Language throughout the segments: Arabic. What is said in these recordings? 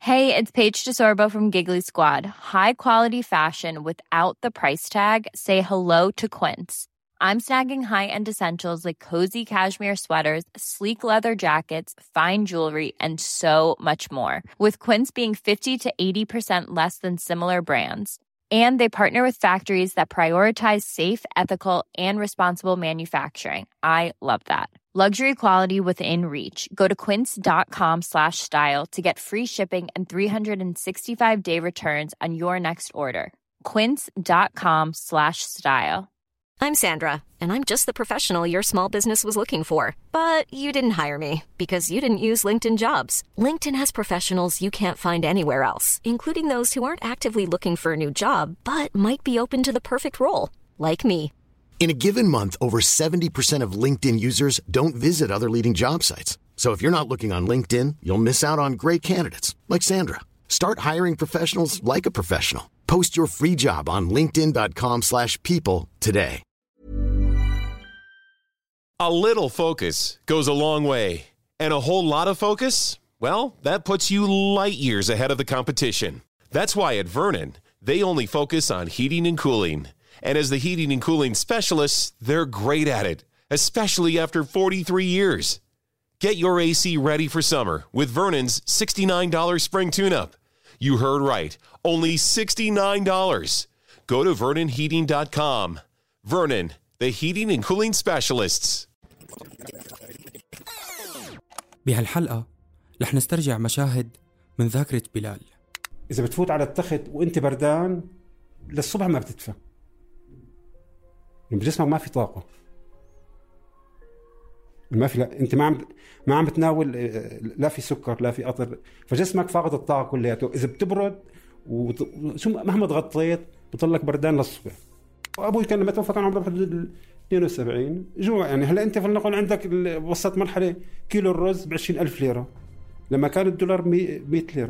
Hey, it's Paige DeSorbo from Giggly Squad. High quality fashion without the price tag. Say hello to Quince. I'm snagging high-end essentials like cozy cashmere sweaters, sleek leather jackets, fine jewelry, and so much more. With Quince being 50 to 80% less than similar brands. And they partner with factories that prioritize safe, ethical, and responsible manufacturing. I love that. Luxury quality within reach. Go to quince.com/style to get free shipping and 365-day returns on your next order. Quince.com/style. I'm Sandra, and I'm just the professional your small business was looking for. But you didn't hire me because you didn't use LinkedIn Jobs. LinkedIn has professionals you can't find anywhere else, including those who aren't actively looking for a new job, but might be open to the perfect role, like me. In a given month, over 70% of LinkedIn users don't visit other leading job sites. So if you're not looking on LinkedIn, you'll miss out on great candidates like Sandra. Start hiring professionals like a professional. Post your free job on linkedin.com/people today. A little focus goes a long way, and a whole lot of focus, well, that puts you light years ahead of the competition. That's why at Vernon, they only focus on heating and cooling. And as the heating and cooling specialists, they're great at it, especially after 43 years. Get your AC ready for summer with Vernon's $69 spring tune-up. You heard right, only $69. Go to VernonHeating.com. Vernon, the heating and cooling specialists. بهالحلقة رح نسترجع مشاهد من ذاكرة بلال. إذا بتفوت على التخت وإنت بردان للصبح ما بتدفى، بجسمك ما في طاقة، ما في، لا أنت ما عم بتناول، لا في سكر لا في قطر، فجسمك فاقد الطاقة كلياته. إذا بتبرد وشو مهما تغطيت بطلك بردان للصبح. وأبوي كان لما توفى كان عمره بحدود 72 جوع. يعني هلا أنت فلنقل عندك وصلت مرحلة كيلو الرز ب20,000 ليرة، لما كان الدولار 100 ليرة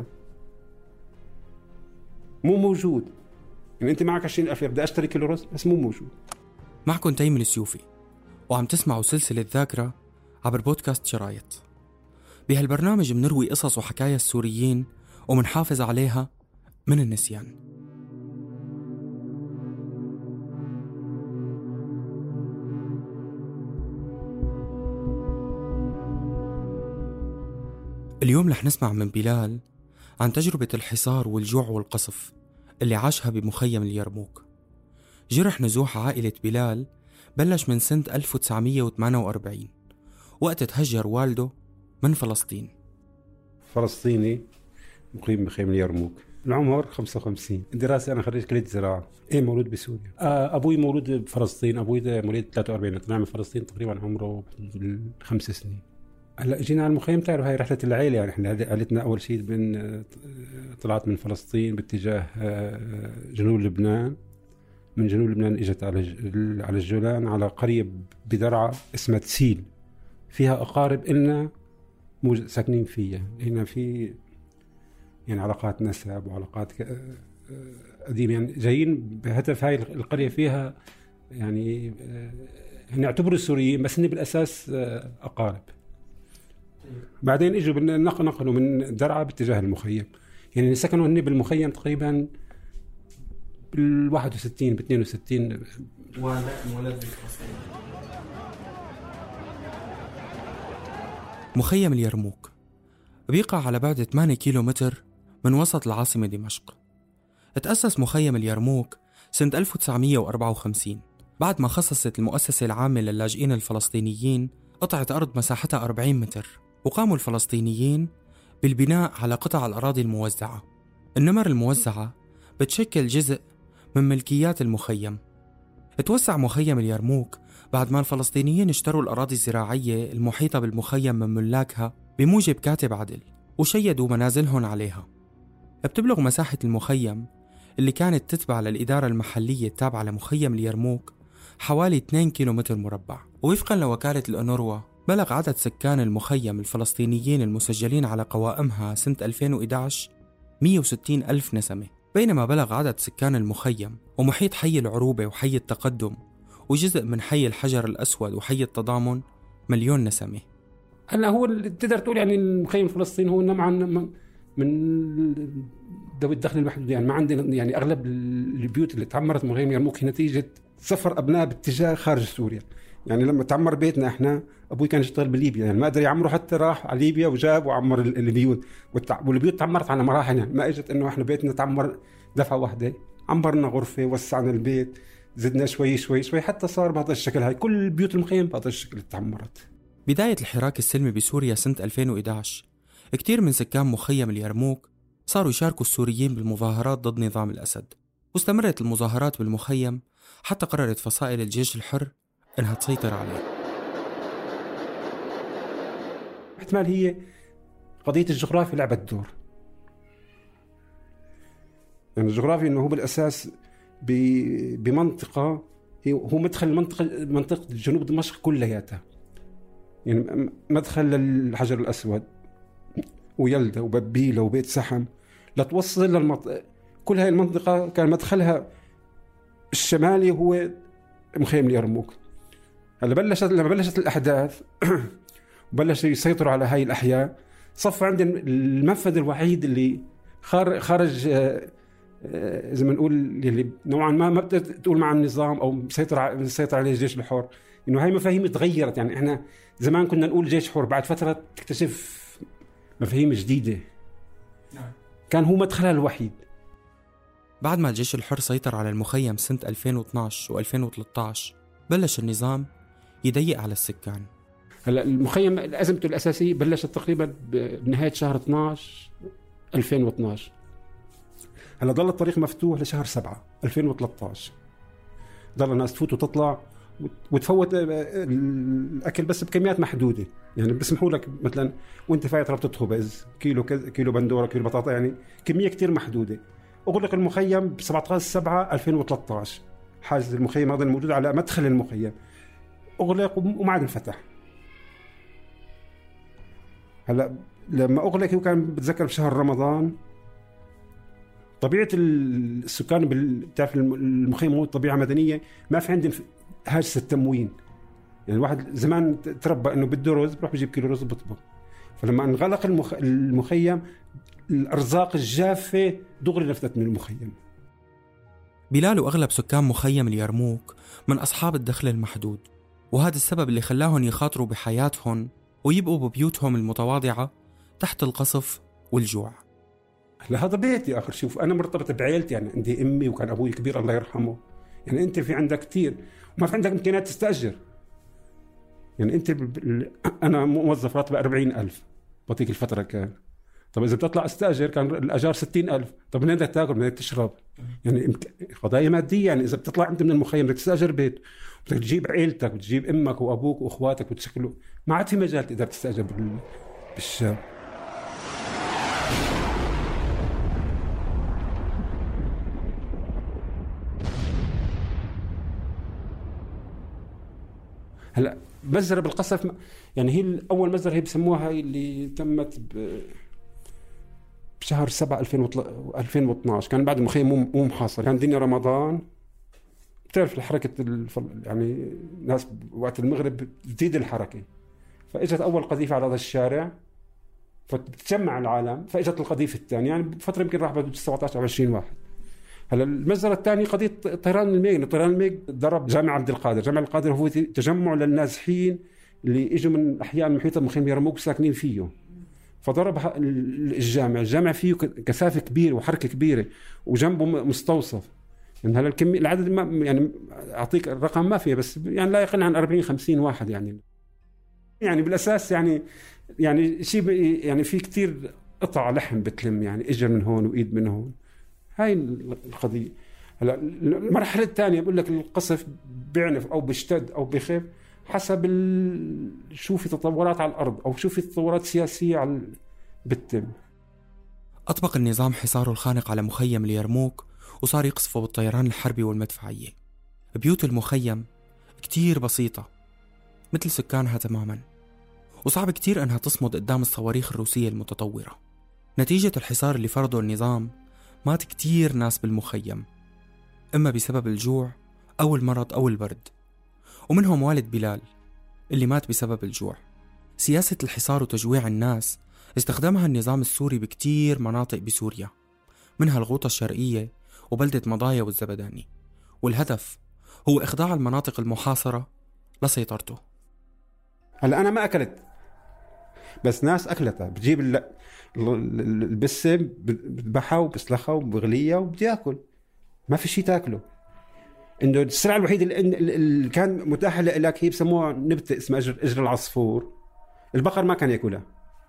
مو موجود. يعني أنت معك 20,000 ليرة بدي أشتري كيلو رز بس مو موجود. معكم تيم السيوفي وعم تسمعوا سلسلة ذاكرة عبر بودكاست شرايط. بهالبرنامج منروي قصص وحكايا السوريين ومنحافظ عليها من النسيان. اليوم رح نسمع من بلال عن تجربة الحصار والجوع والقصف اللي عاشها بمخيم اليرموك. جرح نزوح عائلة بلال بلش من سنة 1948 وقت تهجر والده من فلسطين. فلسطيني مقيم بخيم اليرموك، العمر 55. الدراسة أنا خريج كلية زراعة. مولود بسوريا. أبوي مولود بفلسطين. أبوي ده مواليد 43، طلع من فلسطين تقريبا عمره 5 سنين. هلا جينا على المخيم. تعرف هاي رحلة العائلة، يعني احنا عائلتنا أول شيء طلعت من فلسطين باتجاه جنوب لبنان. من جنوب لبنان اجت على الجولان، على قرية بدرعا اسمها تسيل، فيها أقارب إلنا ساكنين فيها. هنا في يعني علاقات نسب وعلاقات قديمة، يعني جايين بهدف. هاي القرية فيها يعني نعتبر السوريين بس إن بالأساس أقارب. بعدين اجوا نقلوا من درعا باتجاه المخيم. يعني سكنوا هن بالمخيم تقريبا بال61 ب62. مخيم اليرموك بيقع على بعد 8 كيلومتر من وسط العاصمة دمشق. تأسس مخيم اليرموك سنة 1954 بعد ما خصصت المؤسسة العامة للاجئين الفلسطينيين قطعة أرض مساحتها 40 متر، وقاموا الفلسطينيين بالبناء على قطع الأراضي الموزعة. النمر الموزعة بتشكل جزء من ملكيات المخيم. توسع مخيم اليرموك بعد ما الفلسطينيين اشتروا الأراضي الزراعية المحيطة بالمخيم من ملاكها بموجب كاتب عدل، وشيدوا منازلهم عليها. بتبلغ مساحة المخيم اللي كانت تتبع للإدارة المحلية التابعة لمخيم اليرموك حوالي 2 كيلومتر مربع. ووفقا لوكالة الأونروا بلغ عدد سكان المخيم الفلسطينيين المسجلين على قوائمها سنة 2011 160 ألف نسمة، بينما بلغ عدد سكان المخيم ومحيط حي العروبة وحي التقدم وجزء من حي الحجر الأسود وحي التضامن 1,000,000 نسمة. هلا هو تقدر تقول يعني المخيم الفلسطيني هو نوعا من ذوي الدخل المحدود. يعني ما عندنا، يعني أغلب البيوت اللي تعمرت مخيم اليرموك نتيجة سفر أبناء باتجاه خارج سوريا. يعني لما تعمر بيتنا إحنا، أبوي كان يشتغل بليبيا، يعني ما قدر يعمره، حتى راح على ليبيا وجاب وعمر البيوت، والبيوت تعمرت على مراحل. يعني ما إجت إنه إحنا بيتنا تعمر دفعة واحدة، عمرنا غرفة، وسعنا البيت، زدنا شوي شوي شوي حتى صار بهذا الشكل. هاي كل البيوت المخيم بهذا الشكل تعمرت. بداية الحراك السلمي بسوريا سنة 2011 كتير من سكان مخيم اليرموك صاروا يشاركوا السوريين بالمظاهرات ضد نظام الأسد، واستمرت المظاهرات بالمخيم حتى قررت فصائل الجيش الحر إنها تسيطر عليه. احتمال هي قضية الجغرافيا لعبت دور. يعني الجغرافيا إنه هو بالأساس بمنطقة هو مدخل منطقة جنوب دمشق كلياتها، يعني مدخل للحجر الأسود ويلدة وببيلة وبيت سحم لتوصل كل هاي المنطقة كان مدخلها الشمالي هو مخيم اليرموك. لما بلشت الأحداث وبلش يسيطروا على هاي الأحياء، صف عندنا المنفذ الوحيد اللي خارج زي ما نقول اللي نوعا ما بتقدر تقول مع النظام أو مسيطر عليه الجيش الحر. إنه هاي مفاهيم تغيرت. يعني إحنا زمان كنا نقول جيش حر، بعد فترة تكتشف مفاهيم جديدة. كان هو مدخلها الوحيد. بعد ما الجيش الحر سيطر على المخيم سنة 2012 و2013 بلش النظام يضيق على السكان. هلا المخيم أزمته الأساسية بلشت تقريبا بنهاية شهر 12 2012. هلا ضل الطريق مفتوح لشهر 7 2013. ضل الناس تفوت وتطلع وتفوت الأكل بس بكميات محدودة. يعني بسمحوا لك مثلا وانت فايت ربطة خبز، كيلو بندورة، كيلو بطاطا، يعني كمية كتير محدودة. أغلق المخيم ب 17/7 2013. حاجز المخيم هذا الموجود على مدخل المخيم أغلق وما عاد انفتح. هلا لما أغلق هو كان بتذكر بشهر رمضان. طبيعة السكان بتعرف المخيم هو طبيعة مدنية، ما في عندهم هاجس التموين. يعني الواحد زمان تربى إنه بده رز بروح بجيب كيلو رز بطبخ. فلما انغلق المخيم الأرزاق الجافة دغري لفتت من المخيم. بلال وأغلب سكان مخيم اليرموك من أصحاب الدخل المحدود، وهذا السبب اللي خلاهم يخاطروا بحياتهم ويبقوا ببيوتهم المتواضعة تحت القصف والجوع. هذا بيتي آخر شوف، أنا مرتبط بعائلتي. يعني عندي أمي وكان أبوي كبير الله يرحمه. يعني أنت في عندك كتير وما في عندك إمكانيات تستأجر. يعني أنت أنا موظف راتب 40,000 بطيك الفترة كان. طب إذا بتطلع استأجر كان الأجار 60,000. طب من بدك تاكل، من بدك تشرب؟ يعني قضايا مادية. يعني إذا بتطلع أنت من المخيم بدك تستأجر بيت، بدك تجيب عائلتك وتجيب أمك وأبوك وأخواتك وتشكلوا، ما عاد في مجال تقدر تستأجر بالشام. هلا مزرعة بالقصف، يعني هي أول مزرعة هي بسموها هي اللي تمت بشهر 7 2012. كان بعد المخيم مو محاصر، كان دنيا رمضان. بتعرف الحركة يعني ناس وقت المغرب بتزيد الحركة، فإجت أول قذيفة على هذا الشارع فتجمع العالم، فإجت القذيفة الثانية. يعني بفترة يمكن راح بده 17 أو 20 واحد. هلا المزرعة الثانية قضية طيران الميغ. طيران الميغ ضرب جامع عبد القادر. جامع عبد القادر هو تجمع للنازحين اللي اجوا من الأحياء المحيطة بمخيم يرموك ساكنين فيه، فضرب الجامع فيه كثافة كبيرة وحركة كبيرة وجنبه مستوصف. يعني هلا الكمية العدد ما يعني أعطيك الرقم ما فيه، بس يعني لا يقل عن 40-50 واحد. يعني بالأساس يعني شيء يعني في كتير قطع لحم بتلم، يعني إجر من هون وإيد من هون. هاي القضية. هلا المرحلة الثانية بقول لك القصف بيعنف أو بيشتد أو بيخف حسب شو في تطورات على الأرض أو شو في تطورات سياسية على بتتم. أطبق النظام حصاره الخانق على مخيم اليرموك وصار يقصفه بالطيران الحربي والمدفعية. بيوت المخيم كتير بسيطة مثل سكانها تماما، وصعب كتير أنها تصمد قدام الصواريخ الروسية المتطورة. نتيجة الحصار اللي فرضه النظام مات كتير ناس بالمخيم، إما بسبب الجوع أو المرض أو البرد، ومنهم والد بلال اللي مات بسبب الجوع. سياسة الحصار وتجويع الناس استخدمها النظام السوري بكتير مناطق بسوريا، منها الغوطة الشرقية وبلدة مضايا والزبداني، والهدف هو إخضاع المناطق المحاصرة لسيطرته. هلا أنا ما أكلت، بس ناس أكلتها. بتجيب البسة بذبحها وبسلخها وبغليها وبدي أكل، ما في شيء تاكله. إنه السلعة الوحيدة اللي كان متاحة لك هي بسموها نبتة اسمها أجر العصفور. البقر ما كان يأكلها،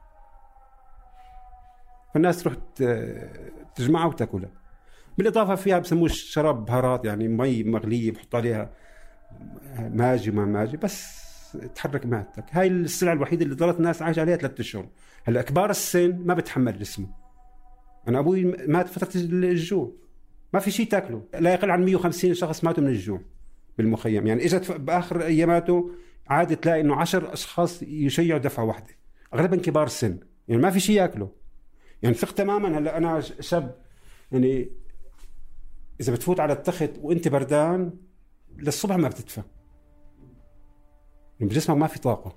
فالناس تروح تجمعها وتأكلها. بالإضافة فيها بسموه شراب بهارات، يعني مي مغلية بحط عليها ماجي وما ماجي بس تحرك معدتك. هاي السلعة الوحيدة اللي ضلت الناس عايش عليها 3 أشهر. هلا كبار السن ما بتحمل جسمه. أنا أبوي مات فترة الجوع، ما في شيء تاكله. لا يقل عن 150 شخص ماتوا من الجوع بالمخيم. يعني إجت بآخر أياماته عادة تلاقي إنه 10 أشخاص يشيعوا دفعة واحدة، غالبا كبار السن، يعني ما في شيء ياكله. يعني ثق تماما. هلا أنا شاب، يعني إذا بتفوت على التخت وأنت بردان للصبح ما بتدفى، يعني بجسمك ما في طاقة،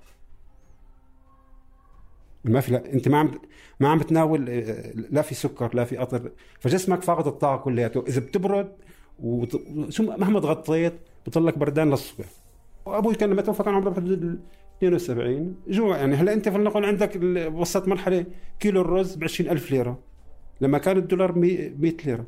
ما في. لا أنت ما عم بتناول، لا في سكر لا في قطر، فجسمك فاقد الطاقة كلياته. إذا بتبرد وشو مهما ضغطيت بطلك بردان للصبح. وأبوي كان لما توفى كان عمره بحدود 72 جوع. يعني هلا أنت فلنقل عندك وصلت مرحلة كيلو الرز ب20,000 ليرة، لما كان الدولار 100 ليرة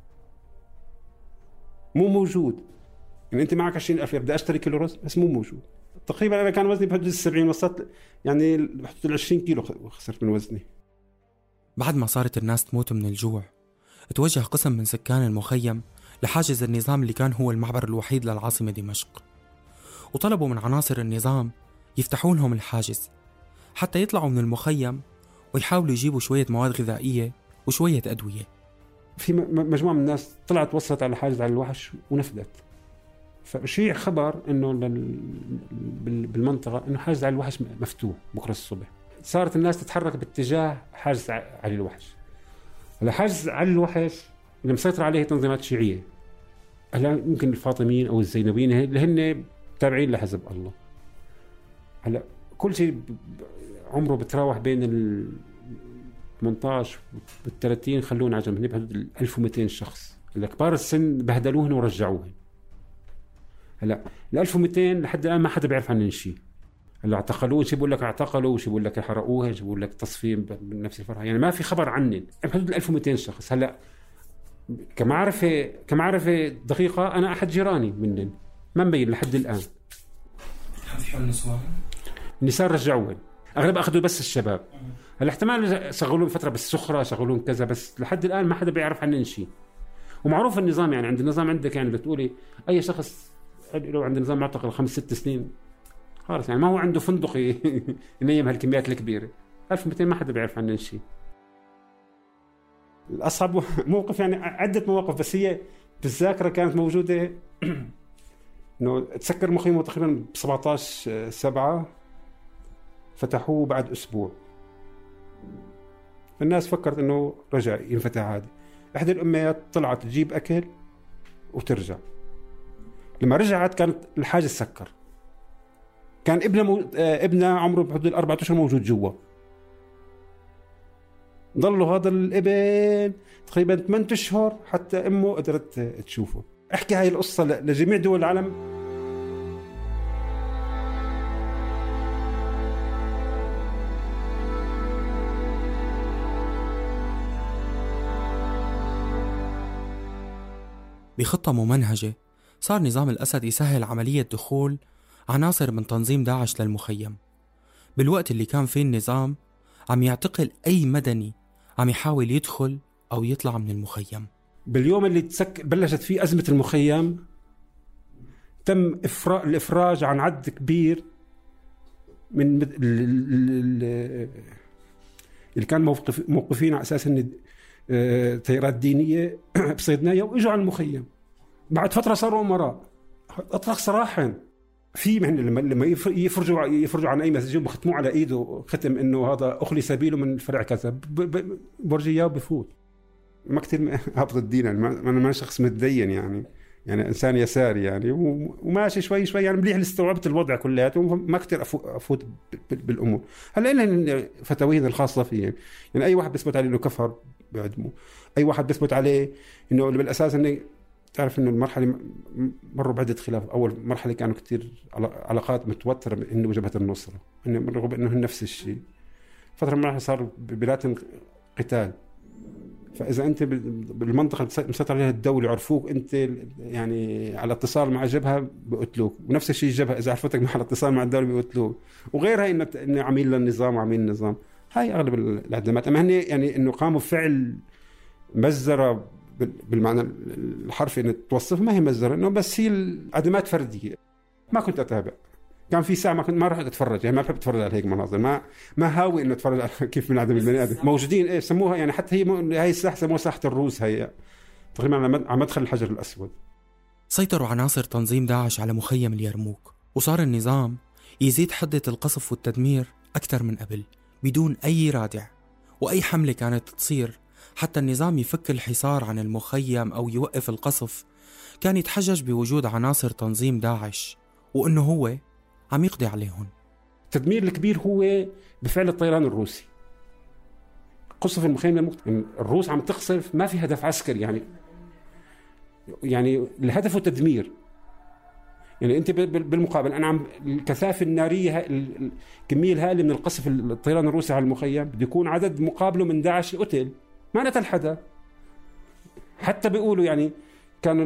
مو موجود. يعني أنت معك 20,000 بدي أشتري كيلو رز بس مو موجود. تقريبا أنا كان وزني بحدود 70، وصلت يعني بحدود 20 كيلو خسرت من وزني. بعد ما صارت الناس تموت من الجوع، توجه قسم من سكان المخيم لحاجز النظام اللي كان هو المعبر الوحيد للعاصمة دمشق، وطلبوا من عناصر النظام يفتحوا لهم الحاجز حتى يطلعوا من المخيم ويحاولوا يجيبوا شوية مواد غذائية وشوية أدوية. في مجموعة من الناس طلعت وصلت على حاجز على الوحش ونفذت. فشيء خبر إنه بالمنطقة إنه حاجز على الوحش مفتوح بكرة الصبح. صارت الناس تتحرك باتجاه حاجز على الوحش. هلا حاجز على الوحش اللي مسيطر عليه تنظيمات شيعية، هلا يمكن الفاطميين أو الزينبيين اللي هن تابعين لحزب الله. هلا كل شيء عمره بتراوح بين 18 وال30. خلونا على جنب، بحدود 1200 شخص. هلا كبار السن بهدلوهن ورجعوهن. هلا 1200 لحد الآن ما حدا بيعرف عنهم شيء. هلا اعتقلوه، شي بقول لك اعتقلوا، شي بقول لك حرقوه، شي بقول لك تصفيم بنفس الفرحة. يعني ما في خبر عنهم. بحدود 1200 شخص. هلا كمعرفة دقيقة أنا أحد جيراني منهم ما مبين لحد الآن. في النسوان النساء رجعوهن، أغلب أخذوا بس الشباب. هلا احتمال شغلون فترة بالسخرة، شغلون كذا، بس لحد الآن ما حدا بيعرف عنهم شيء. ومعروف النظام، يعني عند النظام عندك يعني بتقولي أي شخص لو عند النظام معتقل 5-6 سنين خلاص، يعني ما هو عنده فندق ينيم هالكميات الكبيرة. 1200 ما حدا بيعرف عنهم شيء. الأصعب موقف، يعني عدة مواقف بس هي بالذاكرة كانت موجودة. إنه تسكر مخيمه تقريبا ب17/7، فتحوه بعد أسبوع. الناس فكرت إنه رجع ينفتح عادي. إحدى الأميات طلعت تجيب أكل وترجع. لما رجعت كانت الحاجز سكر. كان ابنه عمره بحدود 4 أشهر موجود جوا. ضلوا هذا الابن تقريبا 8 أشهر حتى أمه قدرت تشوفه. احكي هاي القصة لجميع دول العالم. بخطة ممنهجة صار نظام الأسد يسهل عملية دخول عناصر من تنظيم داعش للمخيم، بالوقت اللي كان فيه النظام عم يعتقل أي مدني عم يحاول يدخل أو يطلع من المخيم. باليوم اللي بلشت فيه أزمة المخيم تم الإفراج عن عدد كبير من اللي كان موقفين على أساس أن تيارات دينية بصيدنايا وإجوا على المخيم. بعد فترة صاروا أمراء. أطلق صراحة في لما يفرجوا عن أي مسجد وبختموا على إيده ختم إنه هذا أخلي سبيله من فرع كذا، برجيه وبفوت. ما كتير هابط الدين، أنا ما شخص متدين يعني، يعني إنسان يساري يعني وماشي شوي شوي يعني مليح استوعبت الوضع كلياته وما كتير أفوت بالأمور. هلا إن فتاوينا الخاصة فيه يعني أي واحد بيثبت عليه إنه كفر بعدمه، أي واحد بيثبت عليه إنه بالأساس إنه تعرف إنه المرحلة مروا بعدة خلاف. أول مرحلة كانوا كتير علاقات متوترة إنه جبهة النصرة، إنه رغم إنه نفس الشيء. فترة مرحلة صار بلاد قتال، فإذا أنت بالمنطقة مسيطر عليها الدولة عرفوك أنت يعني على اتصال مع جبهة بقتلوك، ونفس الشيء الجبهة إذا عرفتك على اتصال مع الدولة بقتلوك، وغيرها إنه عميل للنظام وعميل النظام. هاي أغلب العدمات. أما هني يعني إنه قاموا بفعل مزرة بالمعنى الحرفي إنه توصف، ما هي مزرة، إنه بس هي العدمات فردية. ما كنت أتابع، كان في ساعة ما رحت أتفرج، يعني ما بحب أتفرج على هيك مناظر، ما هاوي إنه أتفرج على كيف من عدم البني آدم موجودين. إيه سموها يعني، حتى هي الساحة سموها ساحة الروس، هي تقريبا على مدخل الحجر الأسود. سيطروا عناصر تنظيم داعش على مخيم اليرموك، وصار النظام يزيد حدة القصف والتدمير أكثر من قبل بدون أي رادع. وأي حملة كانت تصير حتى النظام يفك الحصار عن المخيم أو يوقف القصف كان يتحجج بوجود عناصر تنظيم داعش وإنه هو عم يقضي عليهم. التدمير الكبير هو بفعل الطيران الروسي. قصف المخيم الروس عم تقصف، ما في هدف عسكري يعني الهدف التدمير. يعني أنت بالمقابل أنا عم الكثافة النارية الكمية الهائلة من القصف الطيران الروسي على المخيم بده يكون عدد مقابله من داعش قتل، ما قتل حدا. حتى بيقولوا يعني كانوا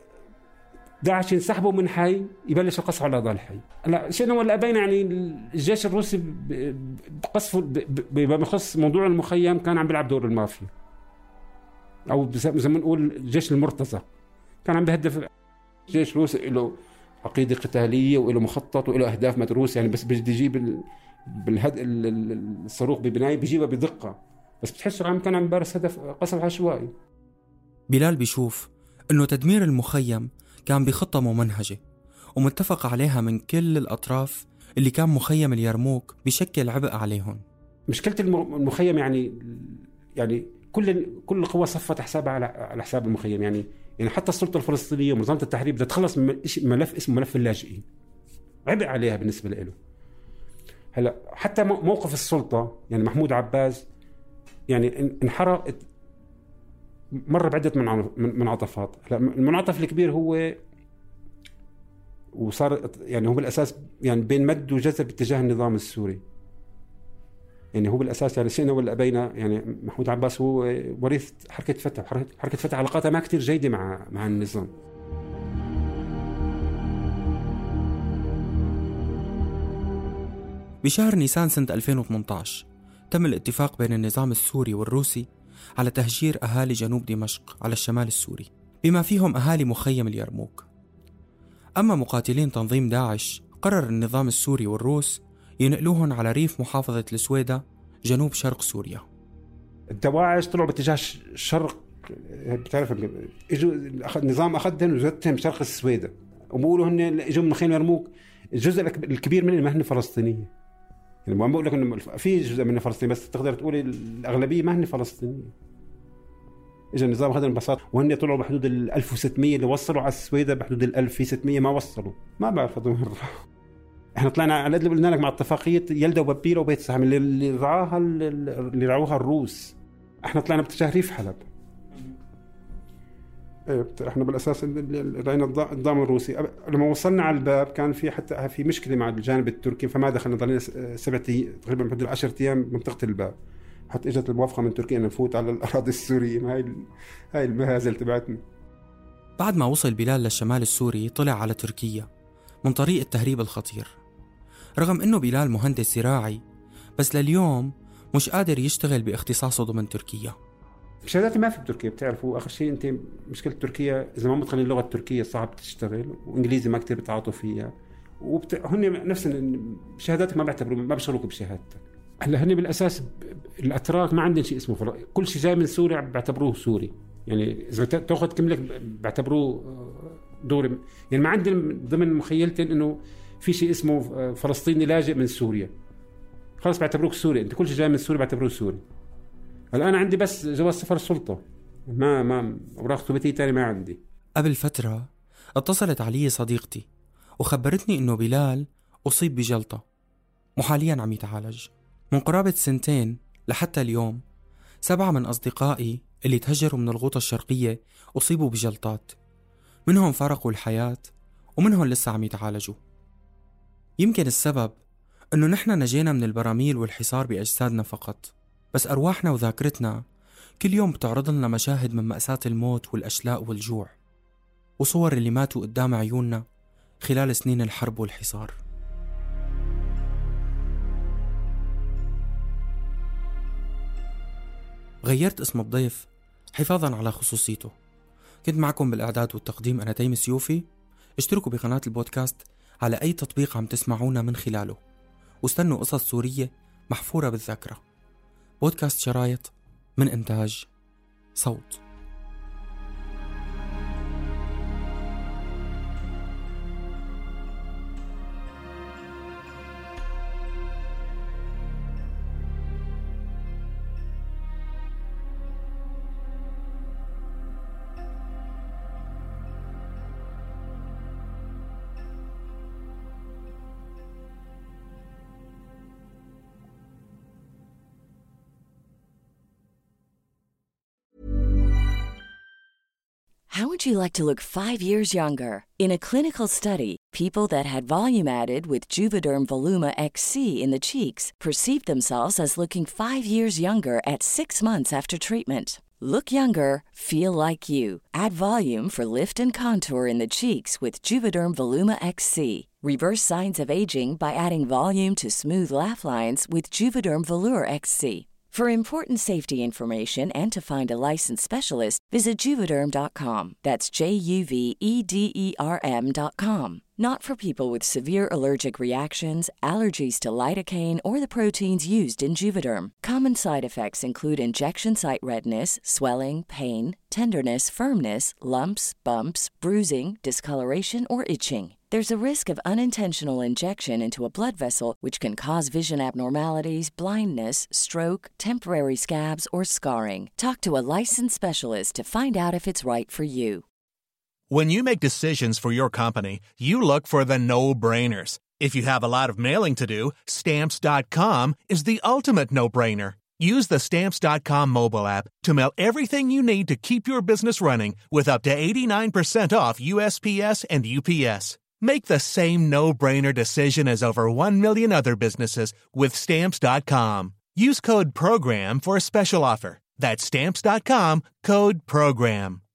داعش ينسحبوا من حي يبلش القصف على هذا الحي. لا شئنا ولا أبينا يعني الجيش الروسي بقصفه بخص موضوع المخيم كان عم بيلعب دور المافيا، أو زي ما نقول جيش المرتزقة. كان عم بيهدف جيش روسي له عقيدة قتالية وله مخطط وله أهداف مدروسة، يعني بس بيجي يجيب الصاروخ ببناية بيجيبها بدقة، بس بتحسه كان عم بارس هدف قصف عشوائي. بلال بيشوف إنه تدمير المخيم كان بخطة ممنهجة ومتفق عليها من كل الأطراف اللي كان مخيم اليرموك بشكل عبء عليهم. مشكلة المخيم يعني كل القوى صفت حسابها على حساب المخيم. يعني حتى السلطة الفلسطينية ومنظمة التحرير بدها تخلص من ملف اسمه ملف اللاجئين، عبء عليها بالنسبة له. هلا حتى موقف السلطة يعني محمود عباس يعني انحرق مرة بعدة منعطفات. المنعطف الكبير هو وصار يعني هو بالأساس يعني بين مد وجزر باتجاه النظام السوري. يعني هو بالأساس يعني شئنا ولا أبينا يعني محمود عباس هو وريث حركة فتح علاقاتها ما كتير جيدة مع النظام. بشهر نيسان سنة 2018 تم الاتفاق بين النظام السوري والروسي على تهجير أهالي جنوب دمشق على الشمال السوري بما فيهم أهالي مخيم اليرموك. أما مقاتلين تنظيم داعش قرر النظام السوري والروس ينقلوهم على ريف محافظة السويدة جنوب شرق سوريا. الدواعش طلعوا باتجاه الشرق، بتعرف اجوا النظام اخذهم وزتهم شرق السويدة، وبقولوا هن اجوا من مخيم اليرموك. الجزء الكبير منهم ما هن فلسطينية، يعني ما بقول لك انه في جزء منه فلسطيني، بس تقدر تقول الاغلبيه ما هن فلسطينيين. اجى النظام اخذهم ببساطه، وهن طلعوا بحدود 1600 اللي وصلوا على السويدة، بحدود 1000 في 600 ما وصلوا، ما بعرف هذول وين راحوا. احنا طلعنا على قد اللي قلنا لك مع اتفاقيه يلدا وبابيرا وبيت سهم اللي رعوها الروس. احنا طلعنا باتجاه ريف حلب. احنا بالاساس راينا النظام الروسي. لما وصلنا على الباب كان في حتى في مشكله مع الجانب التركي، فما دخلنا، ضلينا 7 ايام تقريبا، بحدود 10 ايام منطقه الباب، حتى اجت الموافقه من تركيا ان نفوت على الاراضي السوريه. هاي المهازل تبعتنا. بعد ما وصل بلال للشمال السوري طلع على تركيا من طريق التهريب الخطير. رغم انه بلال مهندس زراعي، بس لليوم مش قادر يشتغل باختصاصه ضمن تركيا. شهاداتي ما في بتركيا، بتعرفوا اخر شيء انت مشكله تركيا اذا ما متقنين اللغه التركيه صعب تشتغل، وانجليزي ما كتير بتعاطوا فيها، هن نفس شهاداتك ما بيشغلوك بشهادتك. هلا هن بالاساس الاتراك ما عندهم شيء اسمه كل شيء جاي من سوريا بيعتبروه سوري. يعني اذا تاخذ كملك بيعتبروه دوري، يعني ما عندهم ضمن مخيلتهم انه في شيء اسمه فلسطيني لاجئ من سوريا، خلاص بيعتبروك سوري، انت كل شيء جاي من سوريا بيعتبروه سوري. الآن عندي بس جواز سفر السلطة، ما أوراق ثبوتية تاني ما عندي. قبل فترة اتصلت علي صديقتي وخبرتني إنه بلال أصيب بجلطة وحاليا عم يتعالج. من قرابة 2 لحتى اليوم 7 من أصدقائي اللي تهجروا من الغوطة الشرقية أصيبوا بجلطات، منهم فارقوا الحياة ومنهم لسه عم يتعالجوا. يمكن السبب إنه نحن نجينا من البراميل والحصار بأجسادنا فقط، بس أرواحنا وذاكرتنا كل يوم بتعرض لنا مشاهد من مأساة الموت والأشلاء والجوع وصور اللي ماتوا قدام عيوننا خلال سنين الحرب والحصار. غيرت اسم الضيف حفاظا على خصوصيته. كنت معكم بالإعداد والتقديم أنا تيم سيوفي. اشتركوا بقناة البودكاست على أي تطبيق عم تسمعونا من خلاله، واستنوا قصص سورية محفورة بالذاكرة. بودكاست شرايط من إنتاج صوت. How would you like to look 5 years younger? In a clinical study, people that had volume added with Juvederm Voluma XC in the cheeks perceived themselves as looking 5 years younger at 6 months after treatment. Look younger, feel like you. Add volume for lift and contour in the cheeks with Juvederm Voluma XC. Reverse signs of aging by adding volume to smooth laugh lines with Juvederm Volure XC. For important safety information and to find a licensed specialist, visit Juvederm.com. That's JUVEDERM.com. Not for people with severe allergic reactions, allergies to lidocaine, or the proteins used in Juvederm. Common side effects include injection site redness, swelling, pain, tenderness, firmness, lumps, bumps, bruising, discoloration, or itching. There's a risk of unintentional injection into a blood vessel, which can cause vision abnormalities, blindness, stroke, temporary scabs, or scarring. Talk to a licensed specialist to find out if it's right for you. When you make decisions for your company, you look for the no-brainers. If you have a lot of mailing to do, Stamps.com is the ultimate no-brainer. Use the Stamps.com mobile app to mail everything you need to keep your business running with up to 89% off USPS and UPS. Make the same no-brainer decision as over 1 million other businesses with Stamps.com. Use code PROGRAM for a special offer. That's Stamps.com, code PROGRAM.